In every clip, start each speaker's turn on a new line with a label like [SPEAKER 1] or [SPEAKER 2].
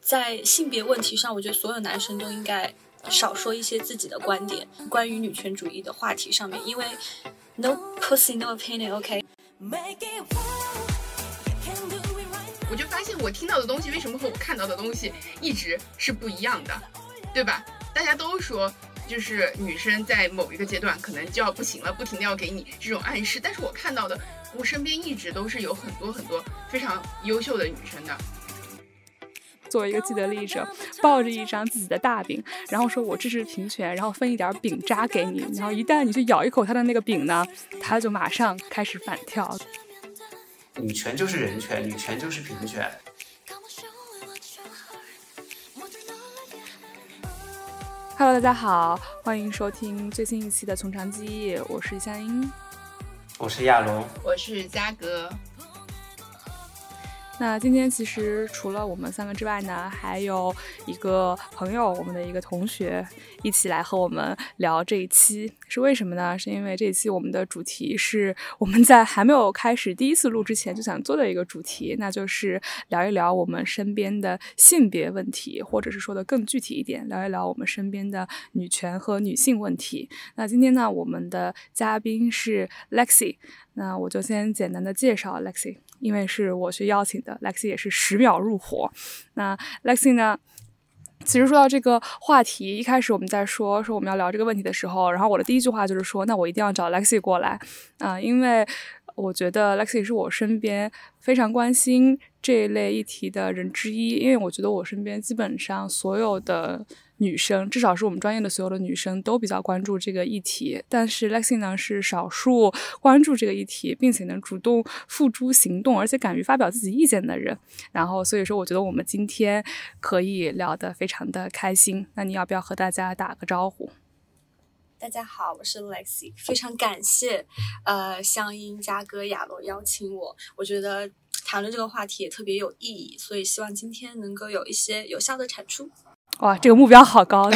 [SPEAKER 1] 在性别问题上，我觉得所有男生都应该少说一些自己的观点，关于女权主义的话题上面，因为 no pussy no opinion OK。
[SPEAKER 2] 我就发现我听到的东西为什么和我看到的东西一直是不一样的，对吧？大家都说就是女生在某一个阶段可能就要不行了，不停地要给你这种暗示，但是我看到的，我身边一直都是有很多很多非常优秀的女生的。
[SPEAKER 3] 作为一个既得利益者，抱着一张自己的大饼，然后说我支持平权，然后分一点饼渣给你，然后一旦你去咬一口他的那个饼呢，他就马上开始反跳。
[SPEAKER 4] 女权就是人权，女权就是平权。
[SPEAKER 3] Hello， 大家好，欢迎收听最新一期的从长计议，我是夏英，
[SPEAKER 4] 我是亚龙，
[SPEAKER 2] 我是嘉哥。
[SPEAKER 3] 那今天其实除了我们三个之外呢，还有一个朋友，我们的一个同学一起来和我们聊这一期，是为什么呢？是因为这一期我们的主题是我们在还没有开始第一次录之前就想做的一个主题，那就是聊一聊我们身边的性别问题，或者是说的更具体一点，聊一聊我们身边的女权和女性问题。那今天呢，我们的嘉宾是 Lexi， 那我就先简单的介绍 Lexi，因为是我去邀请的， Lexi 也是10秒入伙。那 Lexi 呢，其实说到这个话题，一开始我们在说我们要聊这个问题的时候，然后我的第一句话就是说，那我一定要找 Lexi 过来因为我觉得 Lexi 是我身边非常关心这一类议题的人之一，因为我觉得我身边基本上所有的女生，至少是我们专业的所有的女生都比较关注这个议题，但是 Lexi 呢是少数关注这个议题并且能主动付诸行动而且敢于发表自己意见的人，然后所以说我觉得我们今天可以聊得非常的开心。那你要不要和大家打个招呼？
[SPEAKER 1] 大家好，我是 Lexi， 非常感谢香音、嘉哥、亚罗邀请我，我觉得谈论这个话题也特别有意义，所以希望今天能够有一些有效的产出。
[SPEAKER 3] 哇，这个目标好高，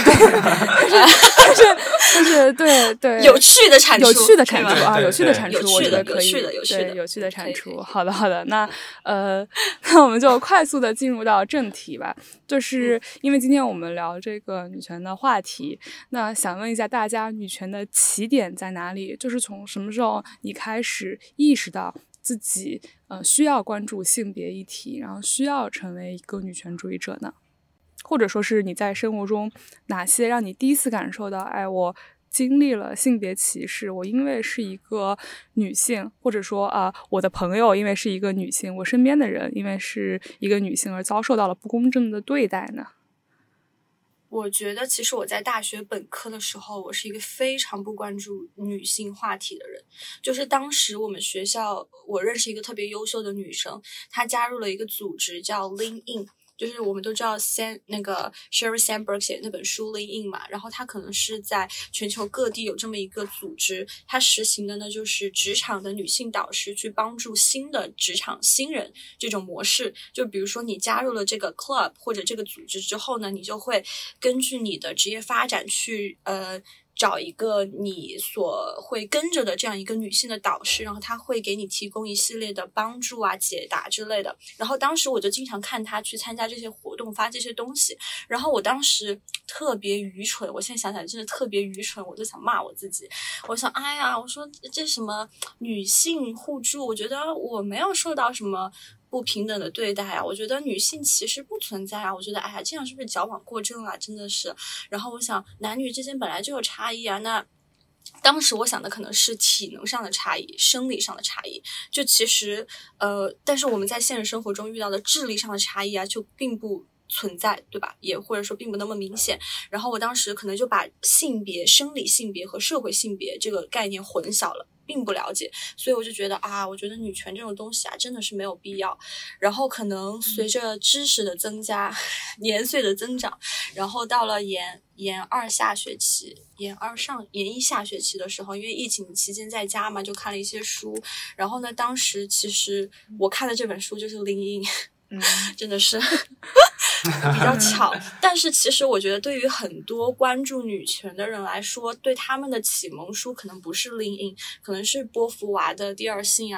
[SPEAKER 3] 就是对
[SPEAKER 1] 有趣的产出，
[SPEAKER 3] 有趣的产出啊，有趣的产出，
[SPEAKER 1] 我觉得可以，
[SPEAKER 3] 有趣的产出。好的，那那我们就快速的进入到正题吧，就是因为今天我们聊这个女权的话题，那想问一下大家，女权的起点在哪里？就是从什么时候你开始意识到自己需要关注性别议题，然后需要成为一个女权主义者呢？或者说是你在生活中哪些让你第一次感受到，我经历了性别歧视，我因为是一个女性，或者说我的朋友因为是一个女性，我身边的人因为是一个女性而遭受到了不公正的对待呢？
[SPEAKER 1] 我觉得其实我在大学本科的时候，我是一个非常不关注女性话题的人。就是当时我们学校，我认识一个特别优秀的女生，她加入了一个组织叫 Lean In，就是我们都知道那个 Sheryl Sandberg 写的那本书 Lean In 嘛，然后他可能是在全球各地有这么一个组织，他实行的呢就是职场的女性导师去帮助新的职场新人这种模式。就比如说你加入了这个 club 或者这个组织之后呢，你就会根据你的职业发展去找一个你所会跟着的这样一个女性的导师，然后她会给你提供一系列的帮助啊、解答之类的。然后当时我就经常看她去参加这些活动，发这些东西。然后我当时特别愚蠢，我现在想想真的特别愚蠢，我就想骂我自己。我想，我说这什么女性互助，我觉得我没有受到什么不平等的对待啊，我觉得女性歧视不存在啊，我觉得这样是不是矫枉过正啊，真的是。然后我想男女之间本来就有差异啊，那当时我想的可能是体能上的差异，生理上的差异，就其实但是我们在现实生活中遇到的智力上的差异啊，就并不存在，对吧？也或者说并不那么明显。然后我当时可能就把性别、生理性别和社会性别这个概念混淆了，并不了解，所以我就觉得我觉得女权这种东西真的是没有必要。然后可能随着知识的增加，年岁的增长，然后到了研二下学期、研一下学期的时候，因为疫情期间在家嘛，就看了一些书。然后呢，当时其实我看的这本书就是Lean In，真的是比较巧。但是其实我觉得对于很多关注女权的人来说，对他们的启蒙书可能不是Lean In，可能是波伏娃的《第二性》啊，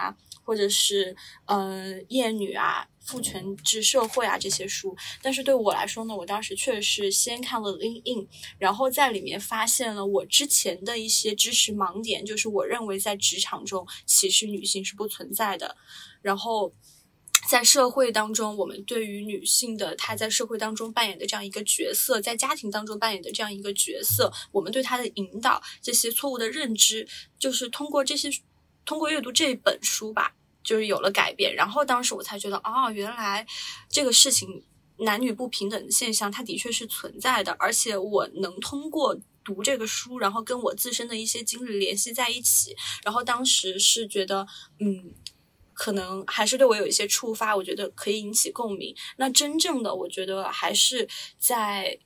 [SPEAKER 1] 或者是厌女啊、父权制社会啊这些书。但是对我来说呢，我当时确实是先看了 Lean In， 然后在里面发现了我之前的一些知识盲点，就是我认为在职场中歧视女性是不存在的，然后在社会当中，我们对于女性的她在社会当中扮演的这样一个角色，在家庭当中扮演的这样一个角色，我们对她的引导，这些错误的认知，就是通过阅读这本书吧，就是有了改变。然后当时我才觉得，原来这个事情男女不平等的现象它的确是存在的，而且我能通过读这个书，然后跟我自身的一些经历联系在一起，然后当时是觉得可能还是对我有一些触发，我觉得可以引起共鸣。那真正的我觉得还是在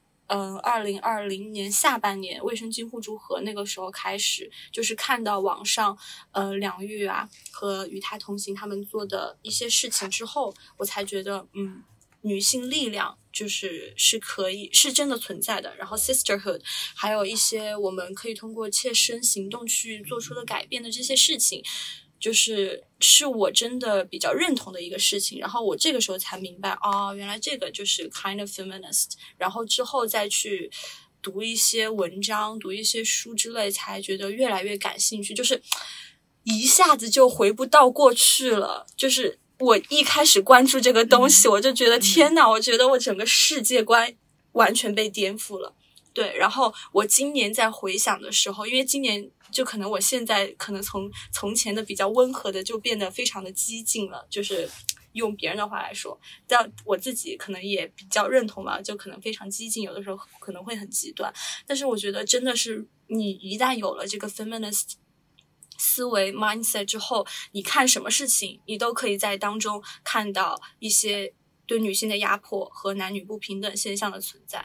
[SPEAKER 1] 2020年下半年卫生巾互助盒那个时候开始，就是看到网上梁玉啊和与他同行他们做的一些事情之后，我才觉得女性力量是可以是真的存在的，然后 sisterhood 还有一些我们可以通过切身行动去做出的改变的这些事情，是我真的比较认同的一个事情。然后我这个时候才明白，原来这个就是 kind of feminist。然后之后再去读一些文章、读一些书之类，才觉得越来越感兴趣，就是一下子就回不到过去了。就是我一开始关注这个东西，我就觉得天哪，我觉得我整个世界观完全被颠覆了。对，然后我今年在回想的时候，因为今年就可能我现在可能从前的比较温和的就变得非常的激进了，就是用别人的话来说，但我自己可能也比较认同吧，就可能非常激进，有的时候可能会很极端。但是我觉得真的是你一旦有了这个 feminist 思维 mindset 之后，你看什么事情你都可以在当中看到一些对女性的压迫和男女不平等现象的存在。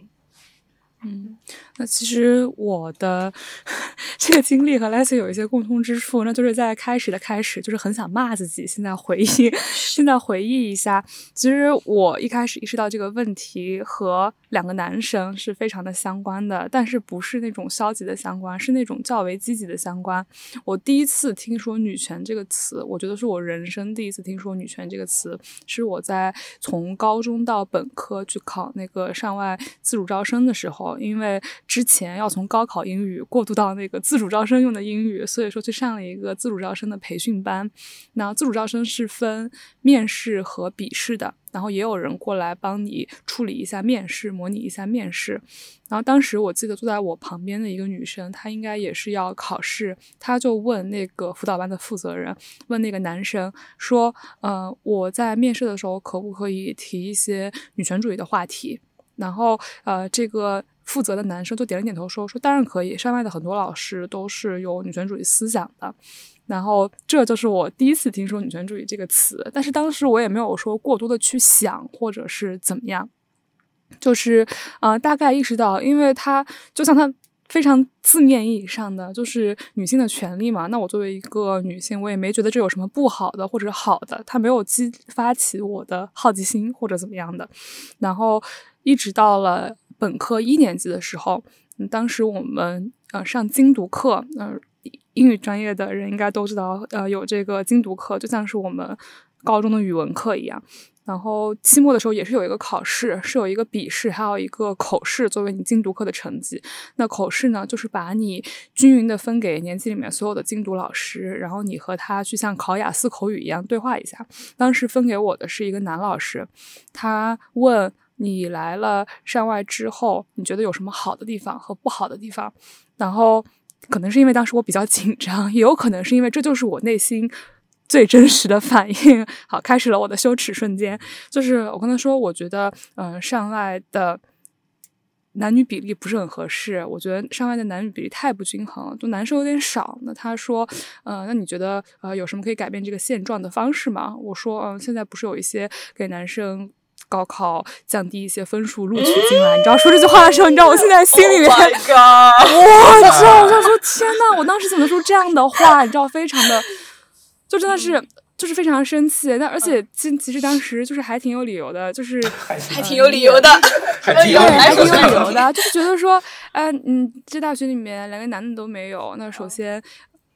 [SPEAKER 3] 那其实我的这个经历和 Leslie 有一些共通之处，那就是在开始，就是很想骂自己。现在回忆一下，其实我一开始意识到这个问题和两个男生是非常的相关的，但是不是那种消极的相关，是那种较为积极的相关。我第一次听说女权这个词，我觉得是我人生第一次听说女权这个词，是我在从高中到本科去考那个上外自主招生的时候，因为之前要从高考英语过渡到那个自主招生用的英语，所以说去上了一个自主招生的培训班。那自主招生是分面试和笔试的，然后也有人过来帮你处理一下面试，模拟一下面试。然后当时我记得坐在我旁边的一个女生，她应该也是要考试，她就问那个辅导班的负责人，问那个男生说我在面试的时候可不可以提一些女权主义的话题。然后这个负责的男生就点了点头说当然可以，上外的很多老师都是有女权主义思想的。然后这就是我第一次听说女权主义这个词，但是当时我也没有说过多的去想或者是怎么样，就是大概意识到，因为它就像它非常字面意义上的就是女性的权利嘛，那我作为一个女性，我也没觉得这有什么不好的或者好的，它没有激发起我的好奇心或者怎么样的。然后一直到了本科1年级的时候，当时我们上精读课，英语专业的人应该都知道，有这个精读课，就像是我们高中的语文课一样。然后期末的时候也是有一个考试，是有一个笔试，还有一个口试作为你精读课的成绩。那口试呢，就是把你均匀的分给年级里面所有的精读老师，然后你和他去像考雅思口语一样对话一下。当时分给我的是一个男老师，他问你来了上外之后，你觉得有什么好的地方和不好的地方？然后可能是因为当时我比较紧张，也有可能是因为这就是我内心最真实的反应。好，开始了我的羞耻瞬间。就是我跟他说，我觉得上外的男女比例不是很合适，我觉得上外的男女比例太不均衡了，就男生有点少。那他说那你觉得有什么可以改变这个现状的方式吗？我说现在不是有一些给男生高考降低一些分数录取进来，你知道说这句话的时候，你知道我现在心里面
[SPEAKER 1] Oh my God
[SPEAKER 3] 你知道我就说天哪，我当时怎么说这样的话，你知道非常的就真的是就是非常生气。但而且其实当时就是还挺有理由的，就是
[SPEAKER 1] 还挺有理由的
[SPEAKER 4] 还挺有
[SPEAKER 3] 理由的，就是觉得说这大学里面连个男的都没有，那首先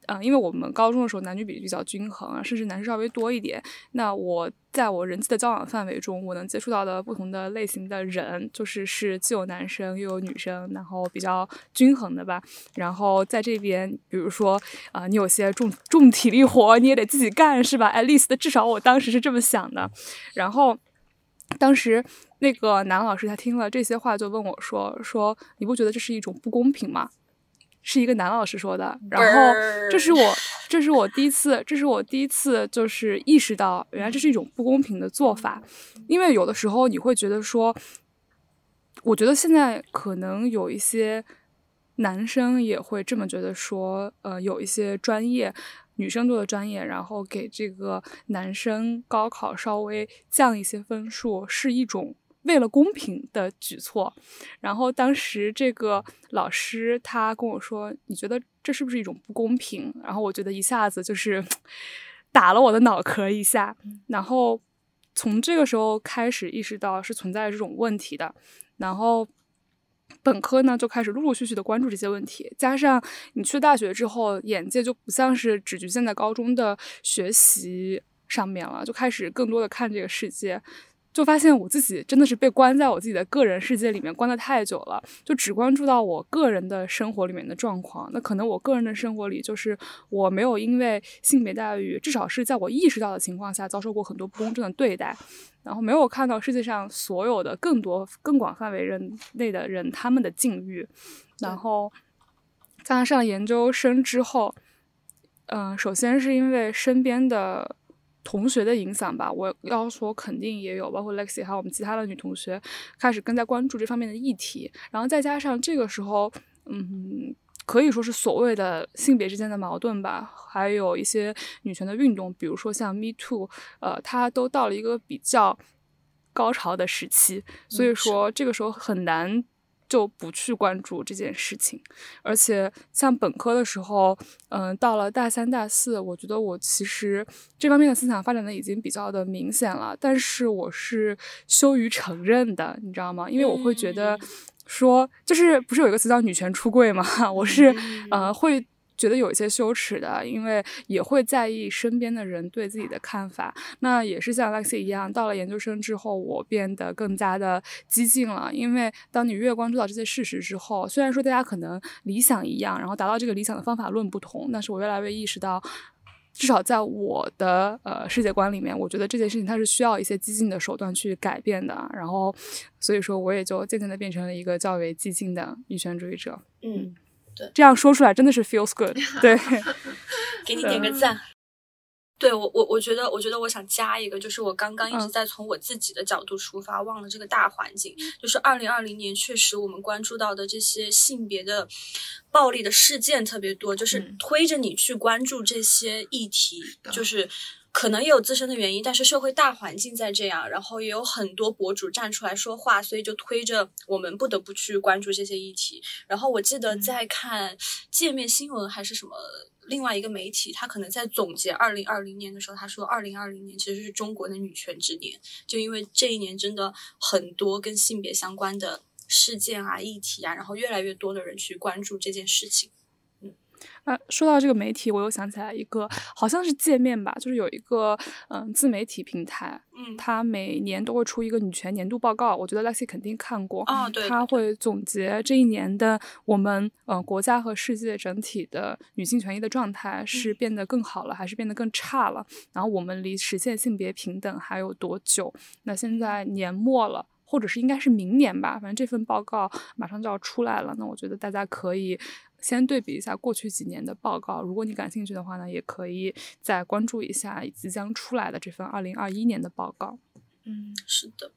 [SPEAKER 3] 因为我们高中的时候男女比例比较均衡啊，甚至男生稍微多一点。那我在我人际的交往范围中，我能接触到的不同的类型的人，是既有男生又有女生，然后比较均衡的吧。然后在这边，比如说你有些重体力活，你也得自己干，是吧 ？at least 至少我当时是这么想的。然后当时那个男老师他听了这些话，就问我说你不觉得这是一种不公平吗？是一个男老师说的，然后这是我第一次就是意识到，原来这是一种不公平的做法。因为有的时候你会觉得说，我觉得现在可能有一些男生也会这么觉得说，有一些专业女生做的专业，然后给这个男生高考稍微降一些分数，是一种为了公平的举措。然后当时这个老师他跟我说，你觉得这是不是一种不公平？然后我觉得一下子就是打了我的脑壳一下，然后从这个时候开始意识到是存在这种问题的。然后本科呢就开始陆陆续续的关注这些问题，加上你去大学之后，眼界就不像是只局限在高中的学习上面了，就开始更多的看这个世界，就发现我自己真的是被关在我自己的个人世界里面关得太久了，就只关注到我个人的生活里面的状况。那可能我个人的生活里，就是我没有因为性别待遇，至少是在我意识到的情况下，遭受过很多不公正的对待，然后没有看到世界上所有的更多更广范围内的人他们的境遇。然后加上研究生之后，首先是因为身边的同学的影响吧，我要说肯定也有，包括 Lexi 还有我们其他的女同学开始更加关注这方面的议题。然后再加上这个时候可以说是所谓的性别之间的矛盾吧，还有一些女权的运动，比如说像 Me Too， 它都到了一个比较高潮的时期，所以说这个时候很难就不去关注这件事情。而且像本科的时候，到了大三大四，我觉得我其实这方面的思想发展的已经比较的明显了，但是我是羞于承认的，你知道吗？因为我会觉得说，就是不是有一个词叫女权出柜吗？我是会觉得有一些羞耻的，因为也会在意身边的人对自己的看法。那也是像 Lexi 一样，到了研究生之后，我变得更加的激进了。因为当你越关注到这些事实之后，虽然说大家可能理想一样，然后达到这个理想的方法论不同，但是我越来越意识到，至少在我的世界观里面，我觉得这件事情它是需要一些激进的手段去改变的。然后所以说我也就渐渐的变成了一个较为激进的女权主义者。
[SPEAKER 1] 对，
[SPEAKER 3] 这样说出来真的是 feels good。 对
[SPEAKER 1] 给你点个赞。对，我觉得我想加一个，就是我刚刚一直在从我自己的角度出发，忘了这个大环境。就是2020年确实我们关注到的这些性别的暴力的事件特别多，就是推着你去关注这些议题，就是可能也有自身的原因，但是社会大环境在这样，然后也有很多博主站出来说话，所以就推着我们不得不去关注这些议题。然后我记得在看界面新闻还是什么另外一个媒体，他可能在总结2020年的时候，他说2020年其实是中国的女权之年，就因为这一年真的很多跟性别相关的事件啊、议题啊，然后越来越多的人去关注这件事情。
[SPEAKER 3] 说到这个媒体，我又想起来一个，好像是界面吧，就是有一个自媒体平台，它每年都会出一个女权年度报告，我觉得 Lexi 肯定看过。
[SPEAKER 1] 对，
[SPEAKER 3] 它会总结这一年的我们国家和世界整体的女性权益的状态是变得更好了，还是变得更差了，然后我们离实现性别平等还有多久。那现在年末了，或者是应该是明年吧，反正这份报告马上就要出来了。那我觉得大家可以先对比一下过去几年的报告，如果你感兴趣的话呢，也可以再关注一下即将出来的这份2021年的报告。
[SPEAKER 1] 是的。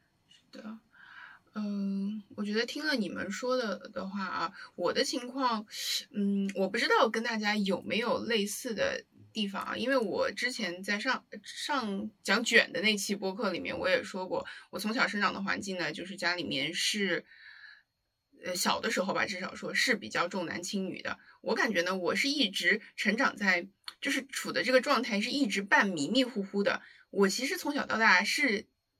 [SPEAKER 2] 我觉得听了你们说的话啊，我的情况，我不知道跟大家有没有类似的地方啊，因为我之前在上讲卷的那期播客里面，我也说过，我从小生长的环境呢，就是家里面是，小的时候吧，至少说是比较重男轻女的。我感觉呢，我是一直成长在，就是处的这个状态是一直半迷迷糊糊的。我其实从小到大是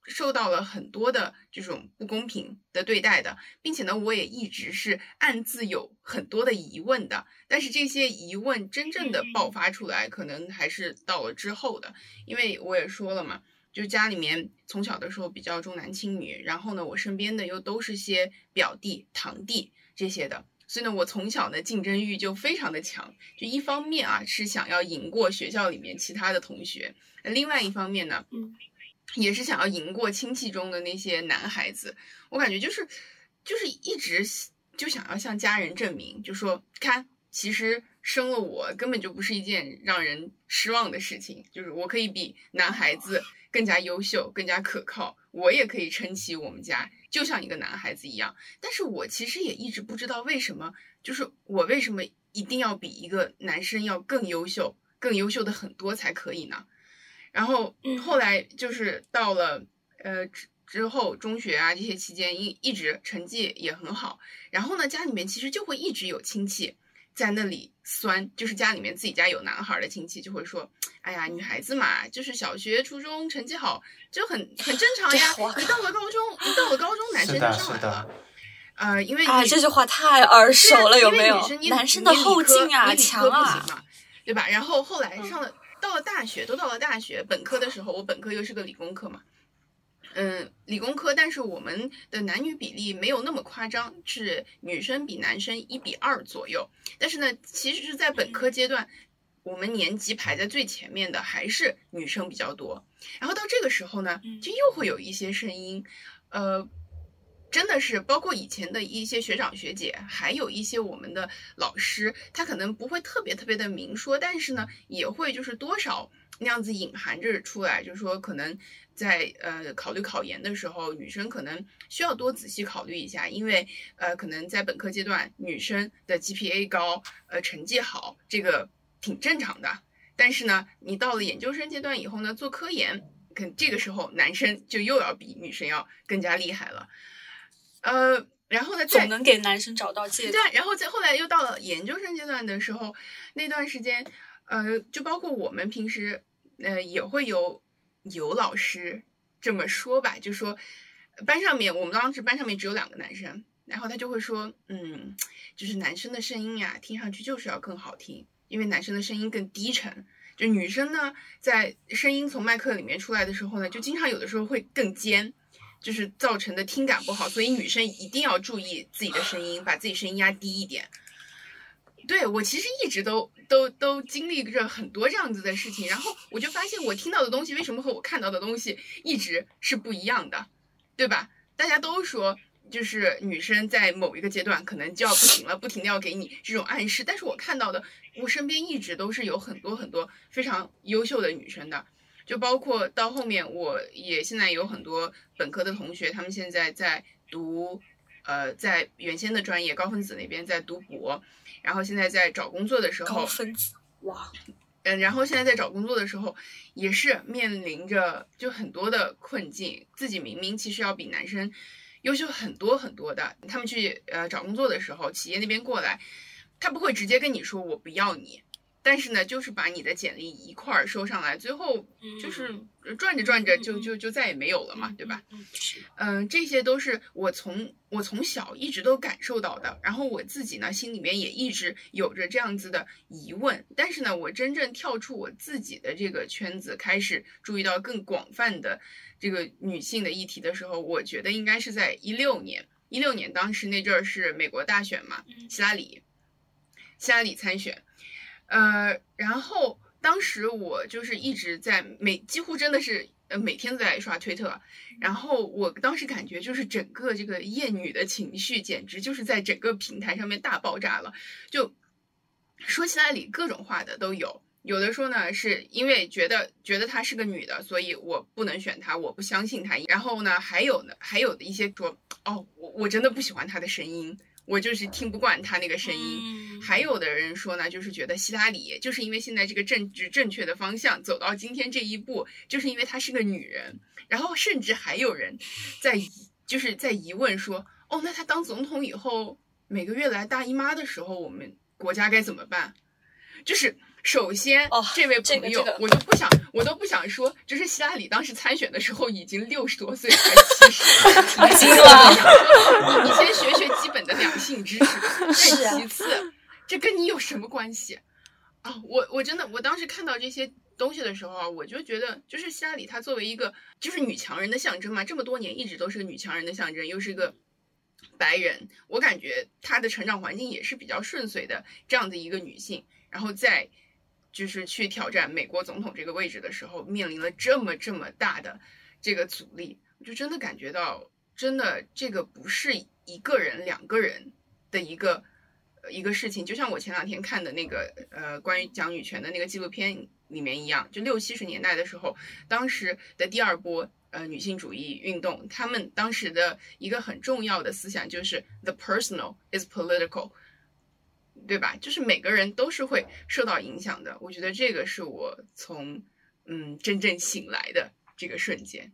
[SPEAKER 2] 受到了很多的这种不公平的对待的，并且呢，我也一直是暗自有很多的疑问的。但是这些疑问真正的爆发出来，可能还是到了之后的，因为我也说了嘛，就家里面从小的时候比较重男轻女，然后呢，我身边的又都是些表弟、堂弟这些的。所以呢，我从小的竞争欲就非常的强，就一方面啊是想要赢过学校里面其他的同学，另外一方面呢，也是想要赢过亲戚中的那些男孩子。我感觉就是一直就想要向家人证明，就说看，其实生了我根本就不是一件让人失望的事情，就是我可以比男孩子更加优秀，更加可靠，我也可以撑起我们家，就像一个男孩子一样。但是我其实也一直不知道为什么，就是我为什么一定要比一个男生要更优秀的很多才可以呢？然后后来就是到了之后中学啊这些期间一直成绩也很好，然后呢家里面其实就会一直有亲戚在那里酸，就是家里面自己家有男孩的亲戚就会说，哎呀，女孩子嘛，就是小学初中成绩好就很正常呀，你到了高中男生就上来了。因为
[SPEAKER 1] 这句话太耳熟了，有没有？男生的后劲啊，强
[SPEAKER 2] 啊，对吧？然后后来到了大学，本科的时候，我本科又是个理工科嘛，理工科，但是我们的男女比例没有那么夸张，是女生比男生1:2左右。但是呢，其实是在本科阶段，我们年级排在最前面的还是女生比较多。然后到这个时候呢，就又会有一些声音，真的是包括以前的一些学长学姐，还有一些我们的老师，他可能不会特别的明说，但是呢，也会就是多少那样子隐含着出来，就是说可能在考虑考研的时候，女生可能需要多仔细考虑一下，因为可能在本科阶段女生的 GPA 高，成绩好，这个挺正常的。但是呢，你到了研究生阶段以后呢，做科研，这个时候男生就又要比女生要更加厉害了。然后呢，
[SPEAKER 1] 总能给男生找到借口。
[SPEAKER 2] 对，然后后来又到了研究生阶段的时候，那段时间，就包括我们平时，也会有老师这么说吧，就说我们当时班上面只有2个男生，然后他就会说，就是男生的声音呀，听上去就是要更好听，因为男生的声音更低沉，就女生呢，在声音从麦克里面出来的时候呢，就经常有的时候会更尖。就是造成的听感不好，所以女生一定要注意自己的声音，把自己声音压低一点。对，我其实一直都经历着很多这样子的事情，然后我就发现我听到的东西为什么和我看到的东西一直是不一样的，对吧？大家都说就是女生在某一个阶段可能就要不行了，不停的要给你这种暗示，但是我看到的，我身边一直都是有很多非常优秀的女生的。就包括到后面，我也现在有很多本科的同学，他们现在在读，在原先的专业高分子那边在读博，然后现在在找工作的时候，
[SPEAKER 1] 高分子哇，
[SPEAKER 2] 然后现在在找工作的时候，也是面临着就很多的困境，自己明明其实要比男生优秀很多的，他们去找工作的时候，企业那边过来，他不会直接跟你说我不要你。但是呢，就是把你的简历一块儿收上来，最后就是转着就再也没有了嘛，对吧？这些都是我从小一直都感受到的，然后我自己呢心里面也一直有着这样子的疑问。但是呢，我真正跳出我自己的这个圈子，开始注意到更广泛的这个女性的议题的时候，我觉得应该是在16年，当时那阵儿是美国大选嘛，希拉里参选。然后当时我就是一直在几乎真的是每天都在刷推特，然后我当时感觉就是整个这个厌女的情绪简直就是在整个平台上面大爆炸了，就说希拉里各种话的都有的说呢是因为觉得她是个女的，所以我不能选她，我不相信她。然后呢还有的一些说，我真的不喜欢她的声音，我就是听不惯他那个声音。还有的人说呢，就是觉得希拉里就是因为现在这个政治正确的方向走到今天这一步，就是因为她是个女人。然后甚至还有人在疑问说，那她当总统以后每个月来大姨妈的时候，我们国家该怎么办？就是首先，这位朋友，我都不想说，就是希拉里当时参选的时候已经60多岁，还70，
[SPEAKER 1] 已经了。
[SPEAKER 2] 你先学学基本的两性知识。再其次，这跟你有什么关系啊？我真的，我当时看到这些东西的时候啊，我就觉得，就是希拉里她作为一个就是女强人的象征嘛，这么多年一直都是个女强人的象征，又是个白人，我感觉她的成长环境也是比较顺遂的这样的一个女性，然后在就是去挑战美国总统这个位置的时候，面临了这么大的这个阻力，我就真的感觉到，真的这个不是一个人两个人的一个事情。就像我前2天看的那个关于讲女权的那个纪录片里面一样，就60、70年代的时候，当时的第2波女性主义运动，他们当时的一个很重要的思想就是 the personal is political，对吧？就是每个人都是会受到影响的。我觉得这个是我从真正醒来的这个瞬间。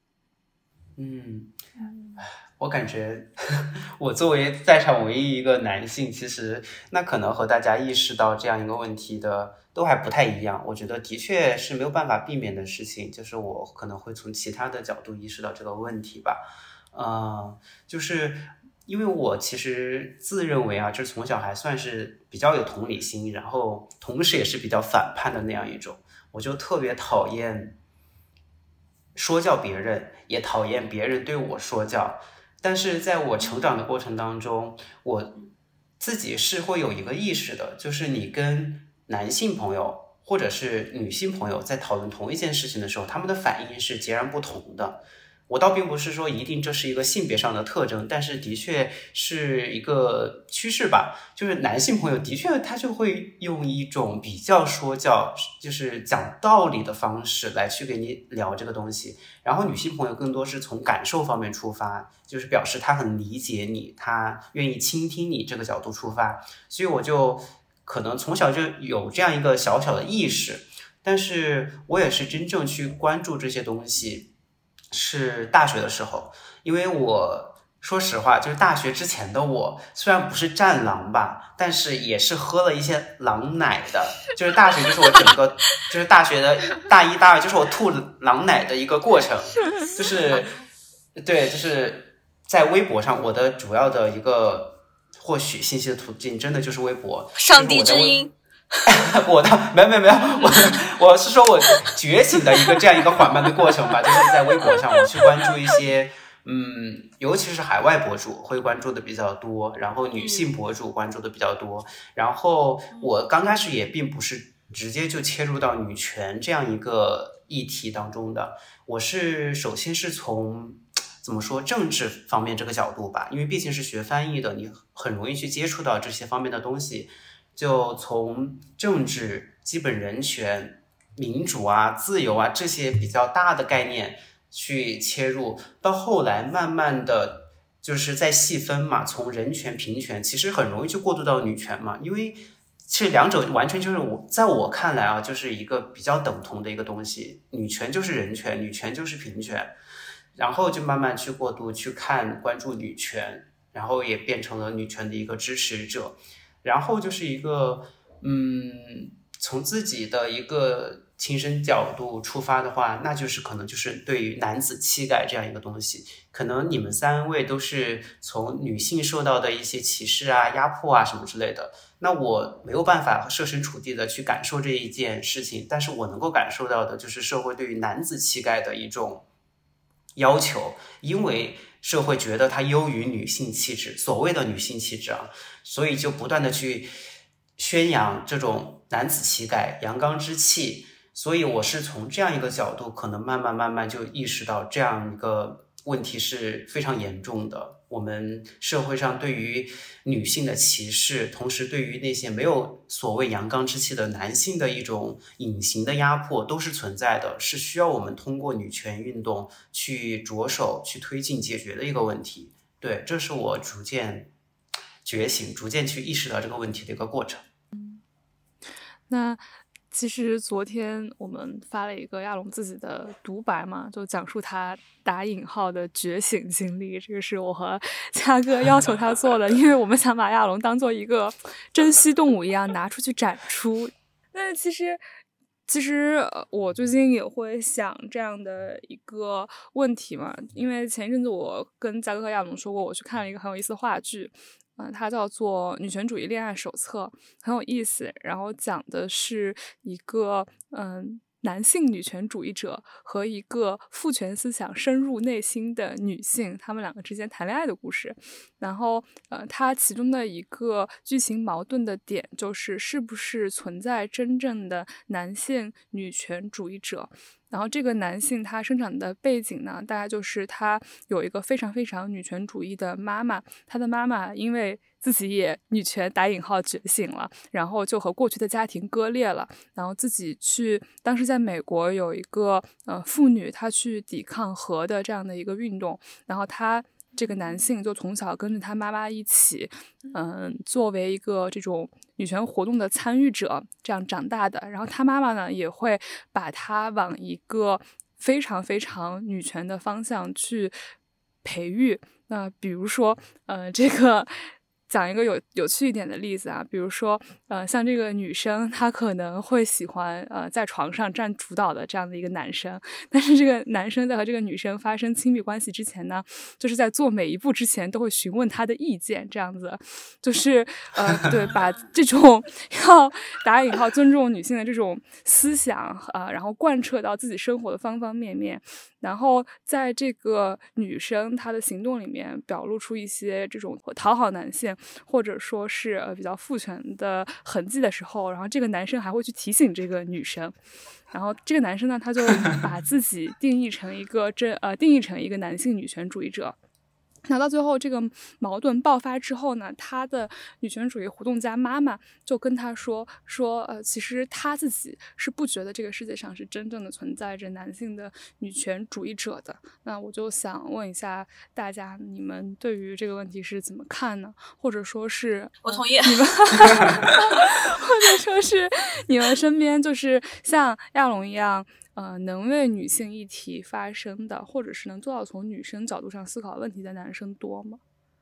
[SPEAKER 4] 我感觉我作为在场唯一一个男性，其实那可能和大家意识到这样一个问题的都还不太一样。我觉得的确是没有办法避免的事情，就是我可能会从其他的角度意识到这个问题吧。就是因为我其实自认为啊，就是从小还算是比较有同理心，然后同时也是比较反叛的那样一种。我就特别讨厌说教别人，也讨厌别人对我说教。但是在我成长的过程当中，我自己是会有一个意识的，就是你跟男性朋友或者是女性朋友在讨论同一件事情的时候，他们的反应是截然不同的。我倒并不是说一定这是一个性别上的特征，但是的确是一个趋势吧。就是男性朋友的确他就会用一种比较说教，就是讲道理的方式来去给你聊这个东西，然后女性朋友更多是从感受方面出发，就是表示他很理解你，他愿意倾听你这个角度出发。所以我就可能从小就有这样一个小小的意识，但是我也是真正去关注这些东西是大学的时候。因为我说实话，就是大学之前的我虽然不是战狼吧，但是也是喝了一些狼奶的。就是大学就是我整个就是大学的大1、大2就是我吐狼奶的一个过程。就是对，就是在微博上，我的主要的一个获取信息的途径真的就是微博。
[SPEAKER 1] 上帝之音。
[SPEAKER 4] 我的没有，我是说我觉醒的一个这样一个缓慢的过程吧，就是在微博上我去关注一些尤其是海外博主会关注的比较多，然后女性博主关注的比较多，然后我刚开始也并不是直接就切入到女权这样一个议题当中的，我是首先是从怎么说政治方面这个角度吧，因为毕竟是学翻译的，你很容易去接触到这些方面的东西，就从政治、基本人权、民主啊、自由啊这些比较大的概念去切入，到后来慢慢的就是在细分嘛，从人权、平权其实很容易就过渡到女权嘛，因为其实两者完全就是在我看来啊，就是一个比较等同的一个东西，女权就是人权，女权就是平权，然后就慢慢去过渡去看关注女权，然后也变成了女权的一个支持者。然后就是一个从自己的一个亲身角度出发的话，那就是可能就是对于男子气概这样一个东西，可能你们3位都是从女性受到的一些歧视啊、压迫啊什么之类的，那我没有办法设身处地的去感受这一件事情，但是我能够感受到的就是社会对于男子气概的一种要求，因为社会觉得它优于女性气质，所谓的女性气质啊，所以就不断的去宣扬这种男子气概、阳刚之气。所以我是从这样一个角度，可能慢慢就意识到这样一个问题是非常严重的。我们社会上对于女性的歧视，同时对于那些没有所谓阳刚之气的男性的一种隐形的压迫都是存在的，是需要我们通过女权运动去着手去推进解决的一个问题。对，这是我逐渐觉醒、逐渐去意识到这个问题的一个过程。
[SPEAKER 3] 那其实昨天我们发了一个亚龙自己的独白嘛，就讲述他打引号的觉醒经历，这个是我和嘉哥要求他做的，因为我们想把亚龙当做一个珍稀动物一样拿出去展出。 但是其实我最近也会想这样的一个问题嘛，因为前一阵子我跟嘉哥和亚龙说过，我去看了一个很有意思的话剧，它叫做《女权主义恋爱手册》，很有意思。然后讲的是一个男性女权主义者和一个父权思想深入内心的女性，他们两个之间谈恋爱的故事。然后它其中的一个剧情矛盾的点就是是不是存在真正的男性女权主义者。然后这个男性他生长的背景呢，大概就是他有一个非常非常女权主义的妈妈，他的妈妈因为自己也女权打引号觉醒了，然后就和过去的家庭割裂了，然后自己去当时在美国有一个妇女她去抵抗核的这样的一个运动，然后他这个男性就从小跟着他妈妈一起作为一个这种女权活动的参与者这样长大的，然后他妈妈呢也会把他往一个非常非常女权的方向去培育。那比如说这个讲一个有趣一点的例子啊，比如说像这个女生她可能会喜欢在床上占主导的这样的一个男生，但是这个男生在和这个女生发生亲密关系之前呢，就是在做每一步之前都会询问她的意见，这样子就是对，把这种要打引号尊重女性的这种思想然后贯彻到自己生活的方方面面。然后在这个女生她的行动里面表露出一些这种讨好男性或者说是比较父权的痕迹的时候，然后这个男生还会去提醒这个女生，然后这个男生呢他就把自己定义成一个男性女权主义者。那到最后这个矛盾爆发之后呢，他的女权主义活动家妈妈就跟他说其实他自己是不觉得这个世界上是真正的存在着男性的女权主义者的。那我就想问一下大家，你们对于这个问题是怎么看呢？或者说是
[SPEAKER 1] 我同意
[SPEAKER 3] 你们或者说是你们身边就是像亚龙一样能为女性议题发声的，或者是能做到从女生角度上思考问题的男生多吗？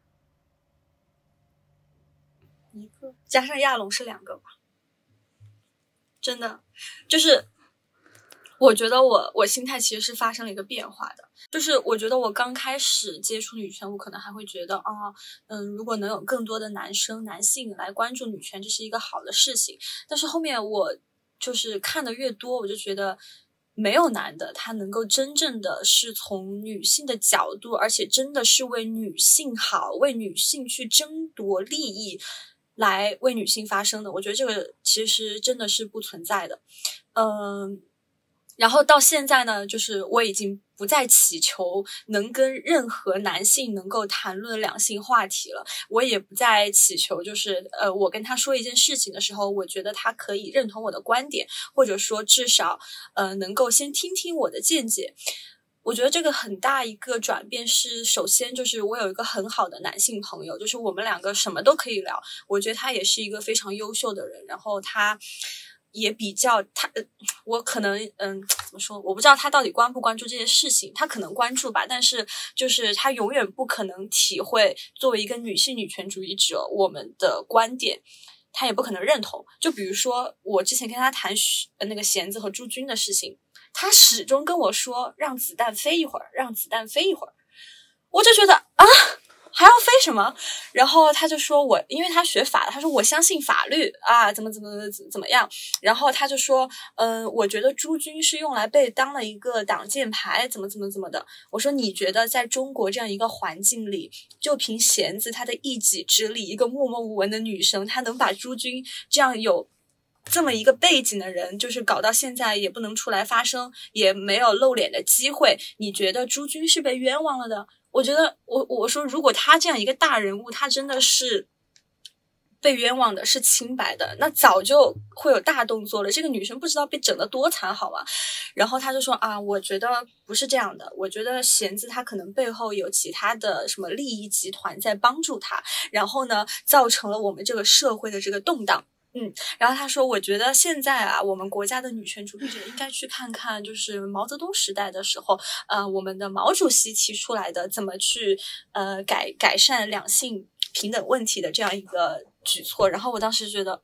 [SPEAKER 1] 一个加上亚龙是2个吧，真的就是我觉得我心态其实是发生了一个变化的。就是我觉得我刚开始接触女权，我可能还会觉得如果能有更多的男性来关注女权，这是一个好的事情。但是后面我就是看的越多，我就觉得没有男的他能够真正的是从女性的角度，而且真的是为女性好，为女性去争夺利益，来为女性发声的。我觉得这个其实真的是不存在的。然后到现在呢，就是我已经不再祈求能跟任何男性能够谈论两性话题了，我也不再祈求就是我跟他说一件事情的时候，我觉得他可以认同我的观点，或者说至少能够先听听我的见解。我觉得这个很大一个转变是，首先就是我有一个很好的男性朋友，就是我们2个什么都可以聊，我觉得他也是一个非常优秀的人，然后他也比较我可能怎么说，我不知道他到底关不关注这些事情，他可能关注吧，但是就是他永远不可能体会作为一个女性女权主义者我们的观点，他也不可能认同。就比如说我之前跟他谈那个弦子和朱军的事情，他始终跟我说让子弹飞一会儿，让子弹飞一会儿，我就觉得还要飞什么？然后他就说因为他学法的，他说我相信法律怎么样，然后他就说我觉得朱军是用来被当了一个挡箭牌，怎么的。我说你觉得在中国这样一个环境里，就凭弦子他的一己之力，一个默默无闻的女生，她能把朱军这样有这么一个背景的人，就是搞到现在也不能出来发声，也没有露脸的机会，你觉得朱军是被冤枉了的？我觉得我说如果他这样一个大人物，他真的是被冤枉的，是清白的，那早就会有大动作了，这个女生不知道被整得多惨好吗？然后他就说我觉得不是这样的，我觉得弦子他可能背后有其他的什么利益集团在帮助他，然后呢造成了我们这个社会的这个动荡。然后他说我觉得现在我们国家的女权主义者应该去看看就是毛泽东时代的时候我们的毛主席提出来的怎么去改善两性平等问题的这样一个举措。然后我当时觉得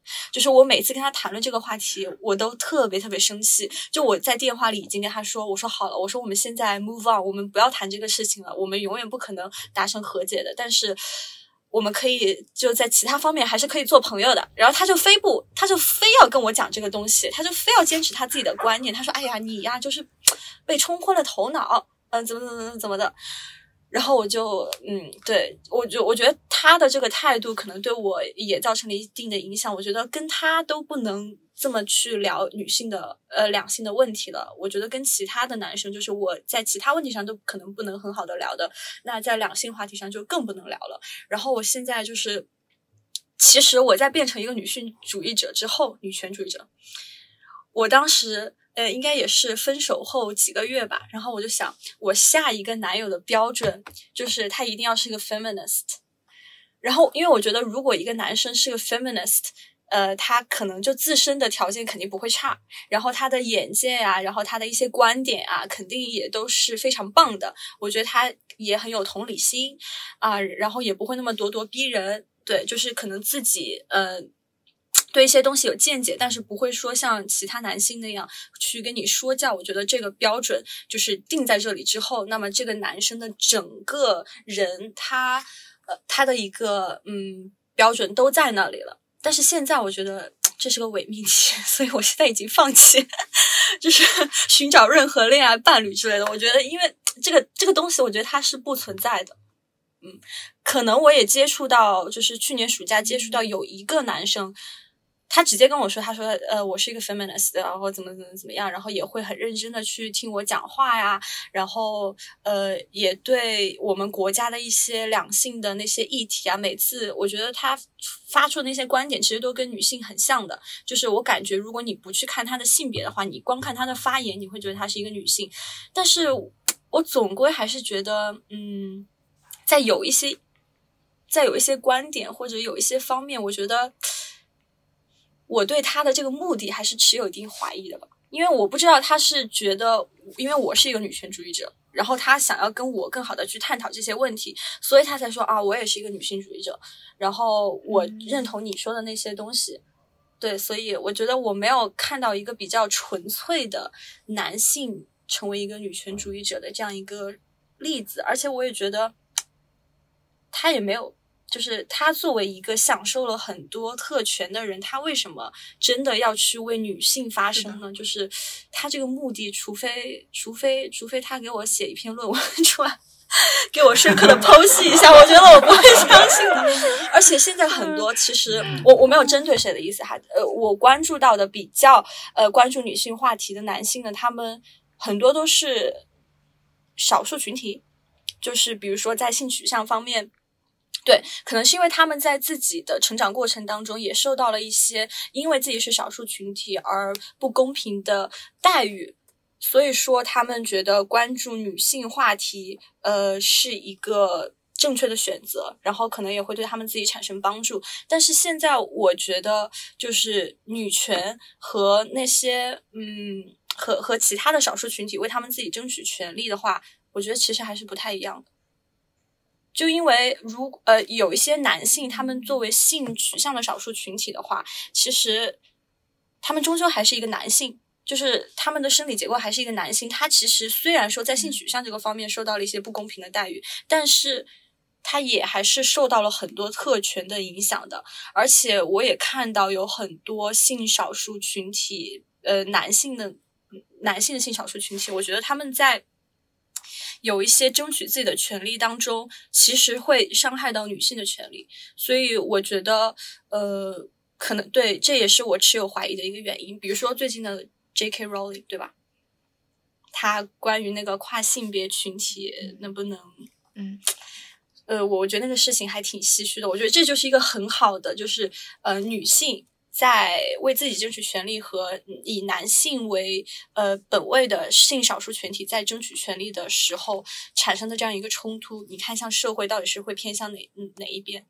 [SPEAKER 1] 就是我每次跟他谈论这个话题，我都特别特别生气。就我在电话里已经跟他说，我说好了，我说我们现在 move on， 我们不要谈这个事情了，我们永远不可能达成和解的，但是我们可以就在其他方面还是可以做朋友的。然后他就非要跟我讲这个东西，他就非要坚持他自己的观念。他说：“哎呀，你呀，就是被冲昏了头脑，怎么的。”然后我就对，我觉得他的这个态度可能对我也造成了一定的影响。我觉得跟他都不能这么去聊女性的两性的问题了。我觉得跟其他的男生，就是我在其他问题上都可能不能很好的聊的，那在两性话题上就更不能聊了。然后我现在就是，其实我在变成一个女性主义者之后，女权主义者，我当时应该也是分手后几个月吧，然后我就想，我下一个男友的标准就是他一定要是个 feminist。然后因为我觉得如果一个男生是个 feminist，他可能就自身的条件肯定不会差，然后他的眼界啊，然后他的一些观点啊，肯定也都是非常棒的。我觉得他也很有同理心啊，然后也不会那么咄咄逼人。对，就是可能自己对一些东西有见解，但是不会说像其他男性那样去跟你说教。我觉得这个标准就是定在这里之后，那么这个男生的整个人他的一个标准都在那里了。但是现在我觉得这是个伪命题，所以我现在已经放弃就是寻找任何恋爱伴侣之类的。我觉得因为这个东西我觉得它是不存在的。可能我也接触到，就是去年暑假接触到有一个男生，他直接跟我说，他说我是一个 feminist， 然后怎么样，然后也会很认真的去听我讲话呀，然后也对我们国家的一些两性的那些议题啊，每次我觉得他发出的那些观点其实都跟女性很像的。就是我感觉如果你不去看他的性别的话，你光看他的发言，你会觉得他是一个女性。但是我总归还是觉得在有一些观点或者有一些方面，我觉得我对他的这个目的还是持有一定怀疑的吧。因为我不知道他是觉得因为我是一个女权主义者，然后他想要跟我更好的去探讨这些问题，所以他才说啊，我也是一个女性主义者，然后我认同你说的那些东西。对，所以我觉得我没有看到一个比较纯粹的男性成为一个女权主义者的这样一个例子。而且我也觉得他也没有，就是他作为一个享受了很多特权的人，他为什么真的要去为女性发声呢？就是他这个目的，除非他给我写一篇论文出来，给我深刻的剖析一下，我觉得我不会相信的。而且现在很多，其实我没有针对谁的意思哈，我关注到的比较关注女性话题的男性呢，他们很多都是少数群体，就是比如说在性取向方面。对，可能是因为他们在自己的成长过程当中也受到了一些因为自己是少数群体而不公平的待遇，所以说他们觉得关注女性话题是一个正确的选择，然后可能也会对他们自己产生帮助。但是现在我觉得就是女权和那些和其他的少数群体为他们自己争取权利的话，我觉得其实还是不太一样的。就因为有一些男性他们作为性取向的少数群体的话，其实他们终究还是一个男性，就是他们的生理结构还是一个男性。他其实虽然说在性取向这个方面受到了一些不公平的待遇，但是他也还是受到了很多特权的影响的。而且我也看到有很多性少数群体男性的性少数群体，我觉得他们在有一些争取自己的权利当中，其实会伤害到女性的权利。所以我觉得可能对，这也是我持有怀疑的一个原因。比如说最近的 J.K. Rowling 对吧，他关于那个跨性别群体能不能我觉得那个事情还挺唏嘘的。我觉得这就是一个很好的，就是女性在为自己争取权利和以男性为本位的性少数群体在争取权利的时候产生的这样一个冲突。你看像社会到底是会偏向哪一边？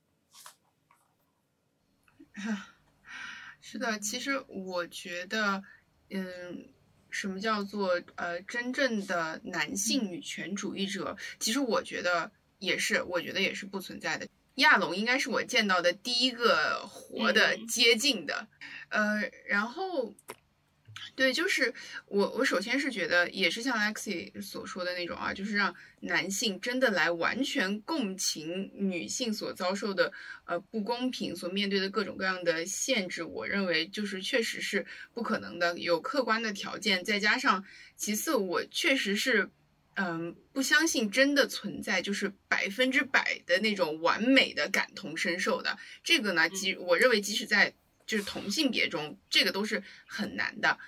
[SPEAKER 2] 是的，其实我觉得什么叫做真正的男性女权主义者，其实我觉得也是不存在的。 亚龙应该是我见到的第一个活的接近的，然后对，就是我首先是觉得也是像 Lexi 所说的那种啊，就是让男性真的来完全共情女性所遭受的不公平，所面对的各种各样的限制，我认为就是确实是不可能的，有客观的条件，再加上其次我确实是不相信真的存在就是100%的那种完美的感同身受的，这个呢我认为即使在就是同性别中，这个都是很难的。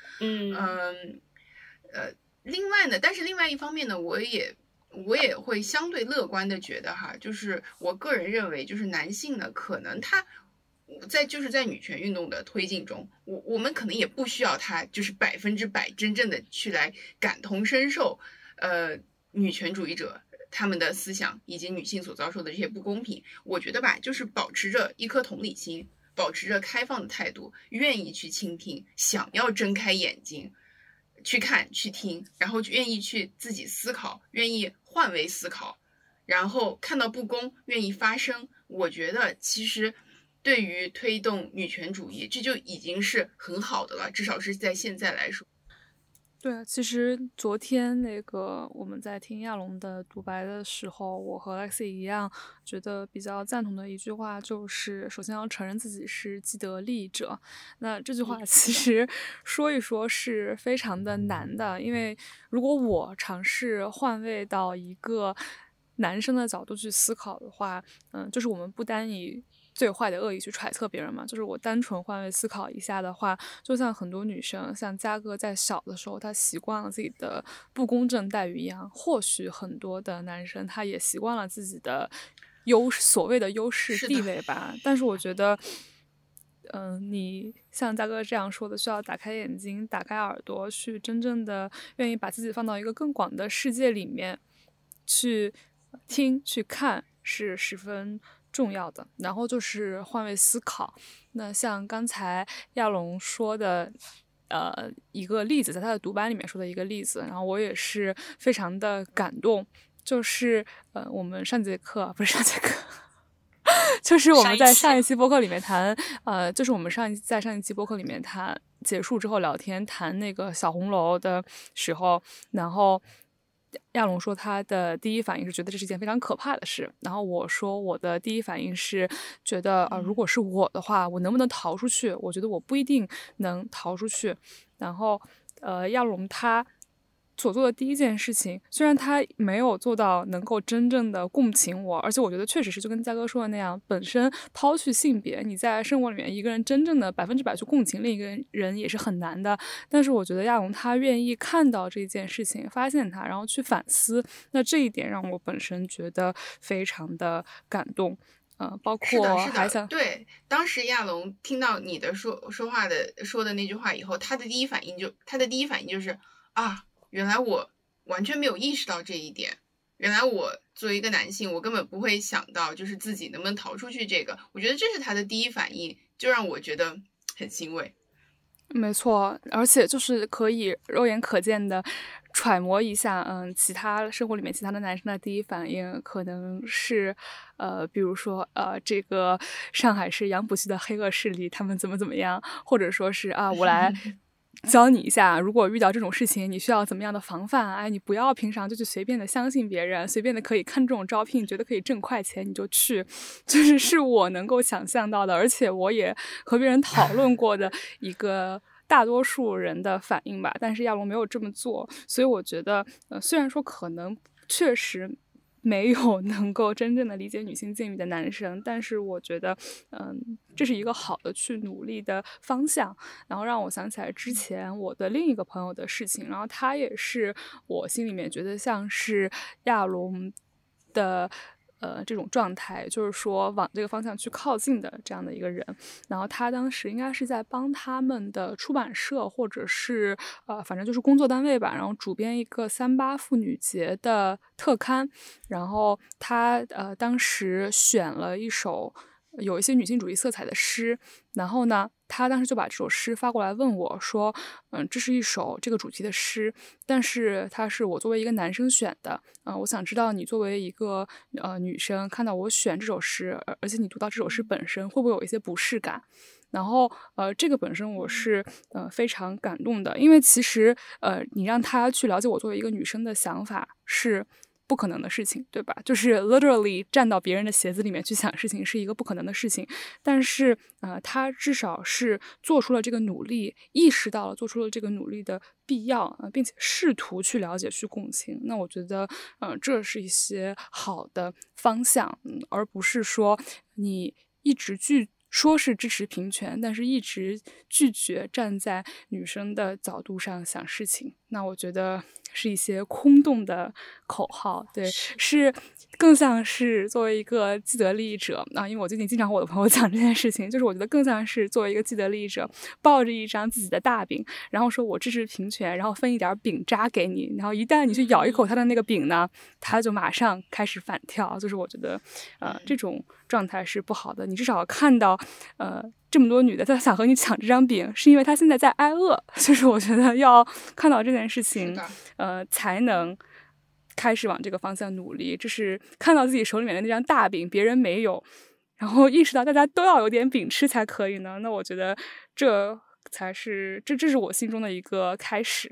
[SPEAKER 2] 另外呢，但是另外一方面呢，我也会相对乐观的觉得哈，就是我个人认为，就是男性呢，可能他在女权运动的推进中，我们可能也不需要他就是100%真正的去来感同身受，女权主义者他们的思想以及女性所遭受的这些不公平，我觉得吧，就是保持着一颗同理心。保持着开放的态度，愿意去倾听，想要睁开眼睛去看去听，然后愿意去自己思考，愿意换位思考，然后看到不公愿意发声，我觉得其实对于推动女权主义这就已经是很好的了，至少是在现在来说。
[SPEAKER 3] 对，其实昨天那个我们在听亚龙的独白的时候，我和 Lexi 一样，觉得比较赞同的一句话就是，首先要承认自己是既得利益者。那这句话其实说一说是非常的难的，因为如果我尝试换位到一个男生的角度去思考的话，就是我们不单以最坏的恶意去揣测别人嘛，就是我单纯换位思考一下的话，就像很多女生，像嘉哥在小的时候，他习惯了自己的不公正待遇一样，或许很多的男生他也习惯了自己的所谓的优势地位吧。但是我觉得，你像嘉哥这样说的，需要打开眼睛、打开耳朵，去真正的愿意把自己放到一个更广的世界里面去听、去看，是十分重要的。然后就是换位思考。那像刚才亚龙说的一个例子，在他的独白里面说的一个例子，然后我也是非常的感动，就是我们就是我们在上一期播客里面谈就是我们在上一期播客里面谈结束之后聊天谈那个小红楼的时候，然后亚龙说他的第一反应是觉得这是一件非常可怕的事，然后我说我的第一反应是觉得如果是我的话，我能不能逃出去？我觉得我不一定能逃出去。然后亚龙他所做的第一件事情，虽然他没有做到能够真正的共情我，而且我觉得确实是就跟嘉哥说的那样，本身抛去性别，你在生活里面一个人真正的100%去共情另一个人也是很难的。但是我觉得亚龙他愿意看到这件事情，发现它，然后去反思，那这一点让我本身觉得非常的感动。包括还想
[SPEAKER 2] 对，当时亚龙听到你的说的那句话以后，他的第一反应就是啊，原来我完全没有意识到这一点，原来我作为一个男性，我根本不会想到就是自己能不能逃出去这个，我觉得这是他的第一反应，就让我觉得很欣慰。
[SPEAKER 3] 没错，而且就是可以肉眼可见的揣摩一下，其他生活里面其他的男生的第一反应可能是，比如说这个上海市杨浦区的黑恶势力他们怎么样，或者说是我来教你一下，如果遇到这种事情，你需要怎么样的防范？哎，你不要平常就去随便的相信别人，随便的可以看这种招聘，觉得可以挣快钱你就去，是我能够想象到的，而且我也和别人讨论过的一个大多数人的反应吧。但是亚龙没有这么做，所以我觉得，虽然说可能确实没有能够真正的理解女性境遇的男生，但是我觉得这是一个好的去努力的方向。然后让我想起来之前我的另一个朋友的事情，然后他也是我心里面觉得像是亚龙的这种状态，就是说往这个方向去靠近的这样的一个人。然后他当时应该是在帮他们的出版社或者是反正就是工作单位吧，然后主编一个38妇女节的特刊。然后他当时选了一首有一些女性主义色彩的诗，然后呢他当时就把这首诗发过来问我说这是一首这个主题的诗，但是它是我作为一个男生选的我想知道你作为一个女生看到我选这首诗，而且你读到这首诗本身会不会有一些不适感。然后这个本身我是非常感动的，因为其实你让他去了解我作为一个女生的想法是不可能的事情，对吧？就是 literally 站到别人的鞋子里面去想事情是一个不可能的事情，但是他至少是做出了这个努力，意识到了做出了这个努力的必要并且试图去了解去共情。那我觉得这是一些好的方向而不是说你一直说是支持平权，但是一直拒绝站在女生的角度上想事情，那我觉得是一些空洞的口号。对，是更像是作为一个既得利益者因为我最近经常和我的朋友讲这件事情，就是我觉得更像是作为一个既得利益者抱着一张自己的大饼，然后说我支持平权，然后分一点饼渣给你，然后一旦你去咬一口他的那个饼呢，他就马上开始反跳。就是我觉得这种状态是不好的。你至少看到这么多女的她想和你抢这张饼，是因为她现在在挨饿，就是我觉得要看到这件事情才能开始往这个方向努力。这是看到自己手里面的那张大饼别人没有，然后意识到大家都要有点饼吃才可以呢，那我觉得这是我心中的一个开始。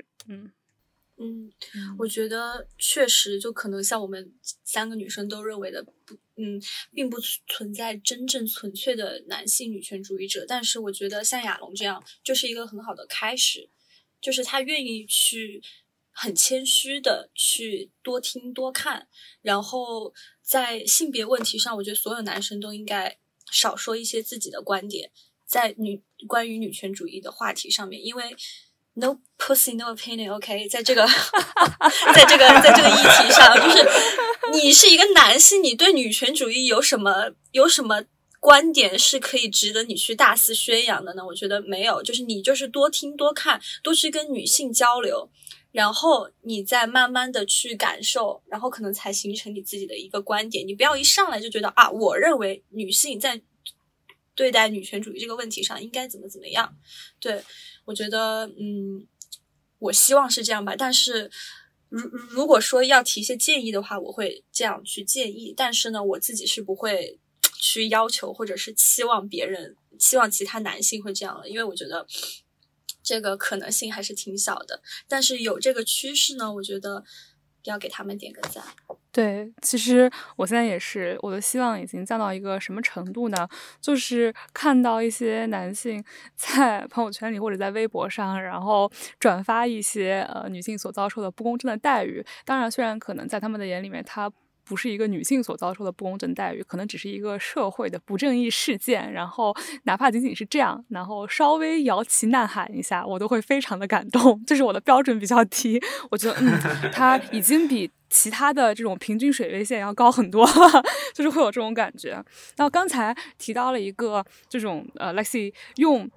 [SPEAKER 1] 我觉得确实就可能像我们3个女生都认为的并不存在真正纯粹的男性女权主义者，但是我觉得像亚龙这样就是一个很好的开始，就是他愿意去很谦虚的去多听多看，然后在性别问题上我觉得所有男生都应该少说一些自己的观点，在关于女权主义的话题上面，因为No pussy, no opinion. OK， 在这个议题上，就是你是一个男性，你对女权主义有什么观点是可以值得你去大肆宣扬的呢？我觉得没有，就是你就是多听多看，多去跟女性交流，然后你再慢慢的去感受，然后可能才形成你自己的一个观点。你不要一上来就觉得我认为女性在对待女权主义这个问题上应该怎么样。对，我觉得我希望是这样吧，但是如果说要提一些建议的话，我会这样去建议，但是呢我自己是不会去要求或者是期望其他男性会这样的，因为我觉得这个可能性还是挺小的，但是有这个趋势呢，我觉得要给他们点个赞。
[SPEAKER 3] 对，其实我现在也是，我的希望已经降到一个什么程度呢？就是看到一些男性在朋友圈里或者在微博上，然后转发一些女性所遭受的不公正的待遇。当然，虽然可能在他们的眼里面，它不是一个女性所遭受的不公正待遇，可能只是一个社会的不正义事件，然后哪怕仅仅是这样，然后稍微摇旗呐喊一下，我都会非常的感动。就是我的标准比较低，我觉得它已经比其他的这种平均水位线要高很多了，就是会有这种感觉。然后刚才提到了一个这种Lexi 用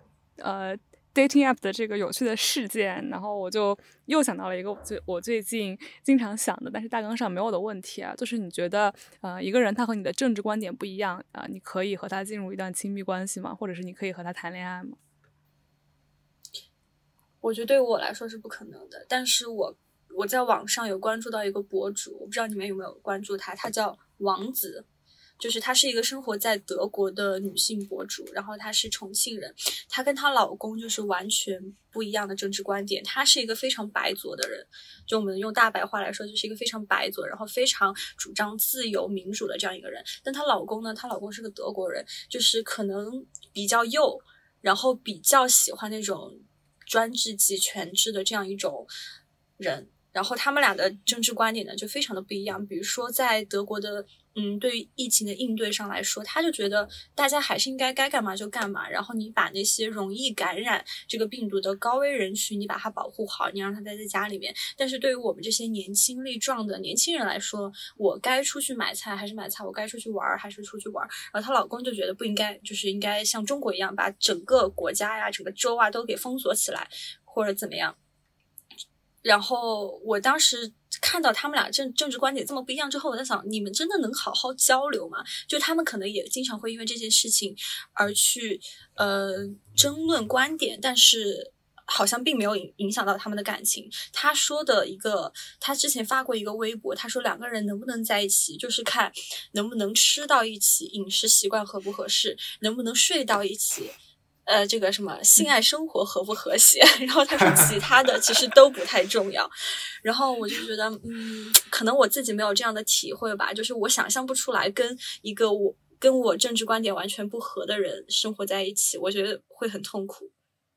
[SPEAKER 3] dating app 的这个有趣的事件，然后我就又想到了一个我最近经常想的，但是大纲上没有的问题啊，就是你觉得一个人他和你的政治观点不一样你可以和他进入一段亲密关系吗？或者是你可以和他谈恋爱吗？
[SPEAKER 1] 我觉得对于我来说是不可能的，但是我在网上有关注到一个博主，我不知道你们有没有关注他叫王子，就是她是一个生活在德国的女性博主，然后她是重庆人，她跟她老公就是完全不一样的政治观点。她是一个非常白左的人，就我们用大白话来说，就是一个非常白左，然后非常主张自由民主的这样一个人。但她老公呢，她老公是个德国人，就是可能比较右，然后比较喜欢那种专制集权制的这样一种人。然后他们俩的政治观点呢就非常的不一样，比如说在德国的对于疫情的应对上来说，他就觉得大家还是应该干嘛就干嘛，然后你把那些容易感染这个病毒的高危人群你把它保护好，你让他待在家里面。但是对于我们这些年轻力壮的年轻人来说，我该出去买菜还是买菜，我该出去玩还是出去玩。然后她老公就觉得不应该，就是应该像中国一样把整个国家呀整个州啊都给封锁起来或者怎么样。然后我当时看到他们俩政治观点这么不一样之后，我在想，你们真的能好好交流吗？就他们可能也经常会因为这件事情而去争论观点，但是好像并没有影响到他们的感情。他说的他之前发过一个微博，他说两个人能不能在一起，就是看能不能吃到一起，饮食习惯合不合适，能不能睡到一起。这个什么性爱生活和不和谐，然后他说其他的其实都不太重要，然后我就觉得，可能我自己没有这样的体会吧，就是我想象不出来跟我政治观点完全不合的人生活在一起，我觉得会很痛苦。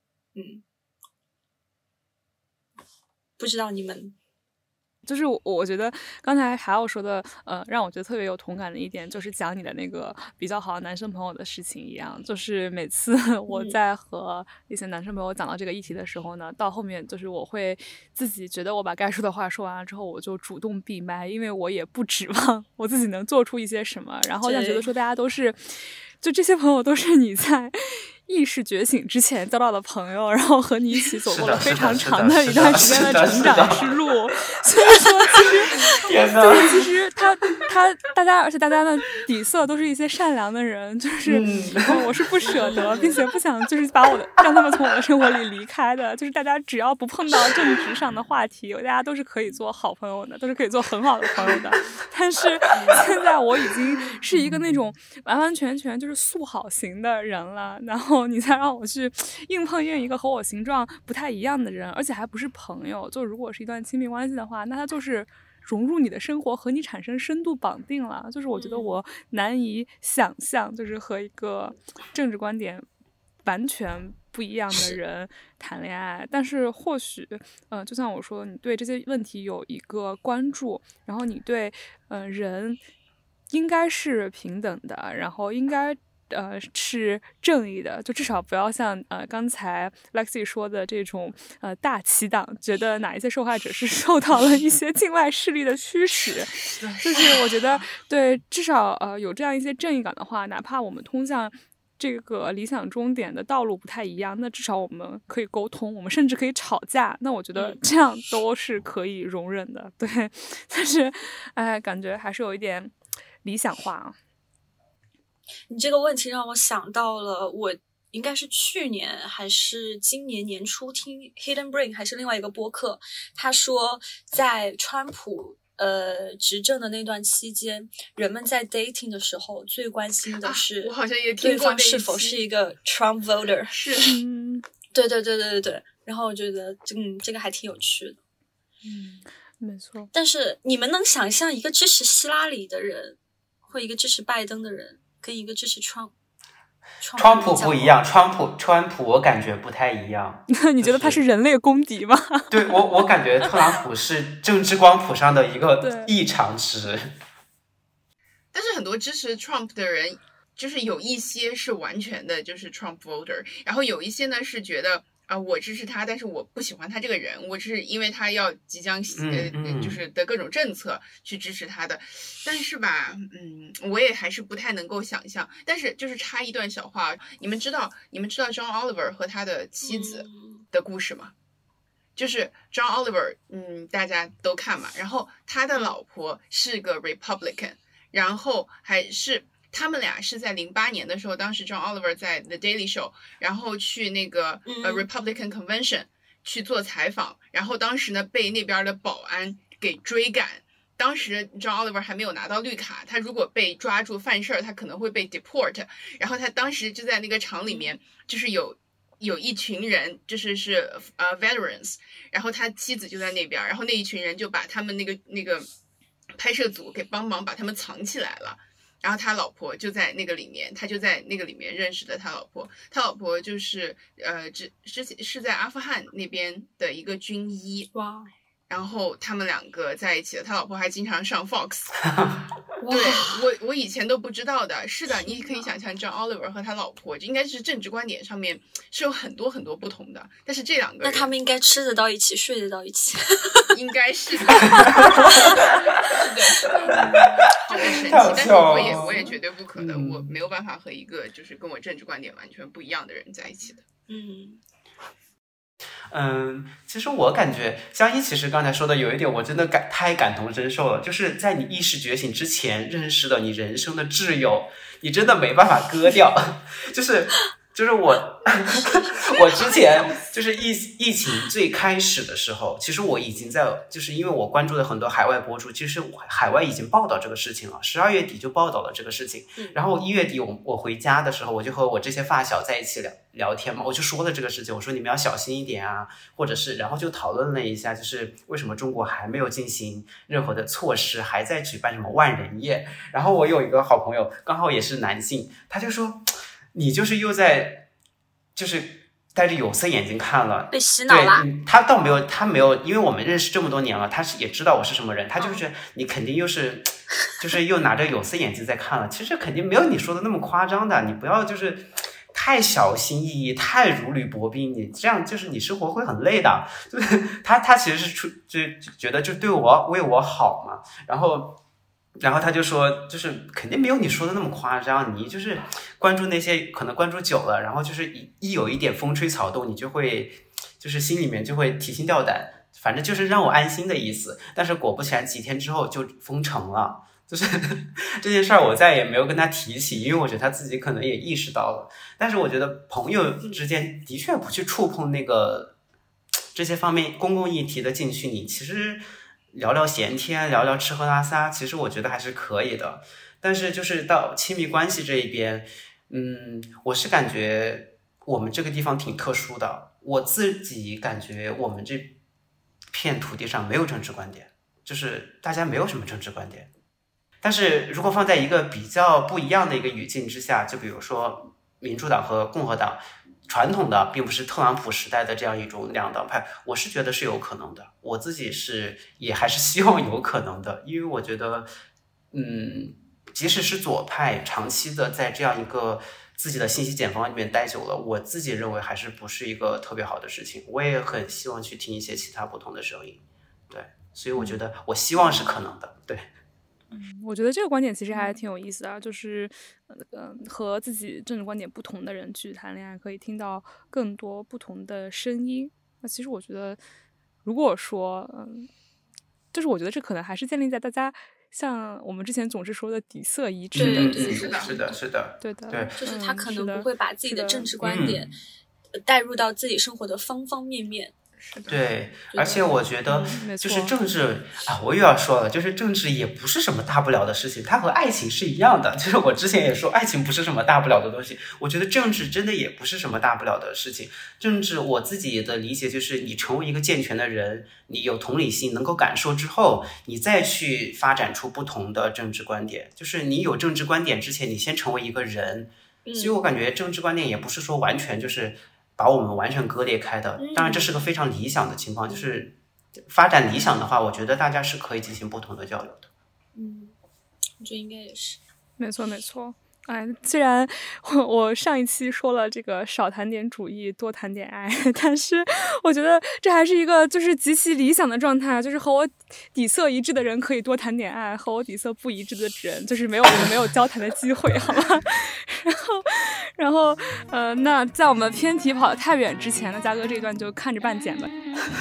[SPEAKER 1] 不知道你们。
[SPEAKER 3] 就是我觉得刚才还要说的，让我觉得特别有同感的一点，就是讲你的那个比较好的男生朋友的事情一样。就是每次我在和一些男生朋友讲到这个议题的时候呢，到后面就是我会自己觉得我把该说的话说完了之后，我就主动闭麦，因为我也不指望我自己能做出一些什么，然后想觉得说大家都是，就这些朋友都是你在意识觉醒之前交到的朋友，然后和你一起走过了非常长的一段时间的成长之路，所以说其实大家，而且大家的底色都是一些善良的人，就是我是不舍得，并且不想就是让他们从我的生活里离开的，就是大家只要不碰到政治上的话题，大家都是可以做好朋友的，都是可以做很好的朋友的。但是现在我已经是一个那种完完全全就是素好型的人了，然后你再让我去硬碰硬一个和我形状不太一样的人，而且还不是朋友，就如果是一段亲密关系的话，那他就是融入你的生活，和你产生深度绑定了。就是我觉得我难以想象，就是和一个政治观点完全不一样的人谈恋爱。但是或许就像我说，你对这些问题有一个关注，然后你对人应该是平等的，然后应该是正义的，就至少不要像刚才 Lexi 说的这种大旗党，觉得哪一些受害者是受到了一些境外势力的驱使。就是我觉得对，至少有这样一些正义感的话，哪怕我们通向这个理想终点的道路不太一样，那至少我们可以沟通，我们甚至可以吵架，那我觉得这样都是可以容忍的。对，但是感觉还是有一点理想化啊。
[SPEAKER 1] 你这个问题让我想到了，我应该是去年还是今年年初听 Hidden Brain 还是另外一个播客，他说在川普执政的那段期间，人们在 dating 的时候最关心的是
[SPEAKER 2] 我好像也听过
[SPEAKER 1] 对方是否是一个 Trump voter。
[SPEAKER 2] 是
[SPEAKER 1] 对，然后我觉得这个还挺有趣的。
[SPEAKER 3] 没错。
[SPEAKER 1] 但是你们能想象一个支持希拉里的人或一个支持拜登的人跟一个支持川
[SPEAKER 4] 普不一样，川普我感觉不太一样。
[SPEAKER 3] 你觉得他是人类公敌吗？
[SPEAKER 4] 对，我感觉特朗普是政治光谱上的一个异常值。
[SPEAKER 2] 但是很多支持 Trump 的人，就是有一些是完全的就是 Trump voter， 然后有一些呢是觉得我支持他，但是我不喜欢他这个人，我是因为他要即将就是的各种政策去支持他的。但是吧，我也还是不太能够想象。但是就是插一段小话，你们知道 John Oliver 和他的妻子的故事吗？就是 John Oliver， 大家都看嘛，然后他的老婆是个 Republican， 然后还是他们俩是在08年的时候，当时 John Oliver 在 The Daily Show， 然后去那个Republican Convention 去做采访，然后当时呢被那边的保安给追赶。当时 John Oliver 还没有拿到绿卡，他如果被抓住犯事儿，他可能会被 deport。然后他当时就在那个场里面，就是有一群人，就是veterans， 然后他妻子就在那边，然后那一群人就把他们那个拍摄组给帮忙把他们藏起来了。然后他老婆就在那个里面，他就在那个里面认识的他老婆。他老婆就是是在阿富汗那边的一个军医。
[SPEAKER 1] 哇！
[SPEAKER 2] 然后他们两个在一起了，他老婆还经常上 Fox。对，我以前都不知道的。是的，你可以想象 John Oliver 和他老婆应该是政治观点上面是有很多很多不同的，但是这两个人，
[SPEAKER 1] 那他们应该吃得到一起，睡得到一起。
[SPEAKER 2] 应该是的。是的，就很神奇。但是我也绝对不可能，我没有办法和一个就是跟我政治观点完全不一样的人在一起的。
[SPEAKER 4] 其实我感觉香依其实刚才说的有一点我真的太感同身受了，就是在你意识觉醒之前认识的你人生的挚友，你真的没办法割掉。就是我之前就是疫情最开始的时候，其实我已经就是因为我关注了很多海外博主，其实海外已经报道这个事情了，12月底就报道了这个事情。然后1月底我回家的时候，我就和我这些发小在一起聊天嘛，我就说了这个事情，我说你们要小心一点啊，或者是然后就讨论了一下，就是为什么中国还没有进行任何的措施，还在举办什么万人宴。然后我有一个好朋友刚好也是男性，他就说你就是又在就是戴着有色眼镜看了，
[SPEAKER 1] 被洗脑了。
[SPEAKER 4] 对，他没有，因为我们认识这么多年了，他也知道我是什么人，他就是觉得你肯定就是又拿着有色眼镜在看了，其实肯定没有你说的那么夸张的，你不要就是太小心翼翼，太如履薄冰，你这样就是你生活会很累的。就是他其实是就觉得就为我好嘛，然后他就说，就是肯定没有你说的那么夸张，你就是关注那些可能关注久了，然后就是一有一点风吹草动，你就会就是心里面就会提心吊胆，反正就是让我安心的意思。但是果不其然，几天之后就封城了，就是这件事儿我再也没有跟他提起，因为我觉得他自己可能也意识到了。但是我觉得朋友之间的确不去触碰那个这些方面公共议题的禁区，你其实聊聊闲天，聊聊吃喝拉撒，其实我觉得还是可以的。但是就是到亲密关系这一边，我是感觉我们这个地方挺特殊的，我自己感觉我们这片土地上没有政治观点，就是大家没有什么政治观点。但是如果放在一个比较不一样的一个语境之下，就比如说民主党和共和党，传统的并不是特朗普时代的这样一种两党派，我是觉得是有可能的，我自己也还是希望有可能的，因为我觉得即使是左派长期的在这样一个自己的信息茧房里面待久了，我自己认为还是不是一个特别好的事情。我也很希望去听一些其他不同的声音，对，所以我觉得我希望是可能的，对。
[SPEAKER 3] 我觉得这个观点其实还挺有意思的，就是和自己政治观点不同的人去谈恋爱，可以听到更多不同的声音。那其实我觉得，如果说就是我觉得这可能还是建立在大家像我们之前总是说的底色一致的基础上。
[SPEAKER 4] 是的，
[SPEAKER 3] 对的，
[SPEAKER 4] 对，
[SPEAKER 1] 就是他可能不会把自己的政治观点带入到自己生活的方方面面。
[SPEAKER 4] 对，而且我觉得就是政治我又要说了，就是政治也不是什么大不了的事情，它和爱情是一样的。就是我之前也说，爱情不是什么大不了的东西，我觉得政治真的也不是什么大不了的事情。政治我自己的理解就是，你成为一个健全的人，你有同理心，能够感受之后，你再去发展出不同的政治观点。就是你有政治观点之前，你先成为一个人。所以我感觉政治观点也不是说完全就是把我们完全割裂开的，当然这是个非常理想的情况，就是发展理想的话，我觉得大家是可以进行不同的交流的。
[SPEAKER 1] 我觉得应该也是，
[SPEAKER 3] 没错。虽然我上一期说了这个少谈点主义，多谈点爱，但是我觉得这还是一个就是极其理想的状态，就是和我底色一致的人可以多谈点爱，和我底色不一致的人就是我们没有交谈的机会，好吗？然后那在我们偏题跑得太远之前呢，嘉哥这一段就看着办剪吧。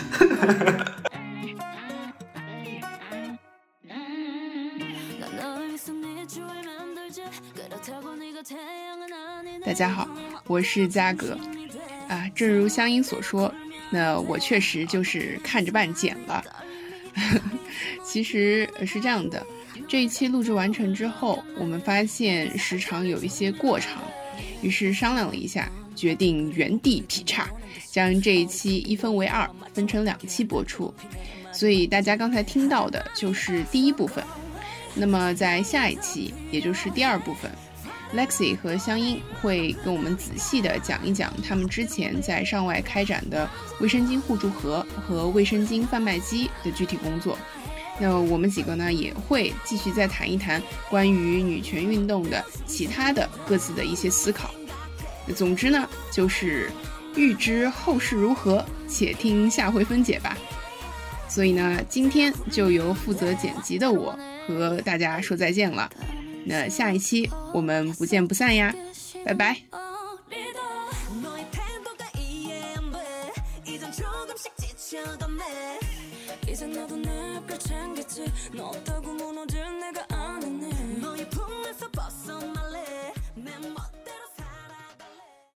[SPEAKER 2] 大家好，我是嘉哥正如香音所说，那我确实就是看着办剪了。其实是这样的，这一期录制完成之后，我们发现时长有一些过长，于是商量了一下，决定原地劈叉，将这一期一分为二，分成2期播出。所以大家刚才听到的就是第一部分。那么在下一期，也就是第2部分，Lexi 和香音会跟我们仔细的讲一讲他们之前在上外开展的卫生巾互助盒和卫生巾贩卖机的具体工作。那我们几个呢也会继续再谈一谈关于女权运动的其他的各自的一些思考。总之呢，就是欲知后事如何，且听下回分解吧。所以呢，今天就由负责剪辑的我和大家说再见了。那下一期我们不见不散呀，拜拜。
[SPEAKER 5] 조금씩 지쳐가네 이제 너도 내 별 챙겼지 너 없다고 무너질 내가 아니네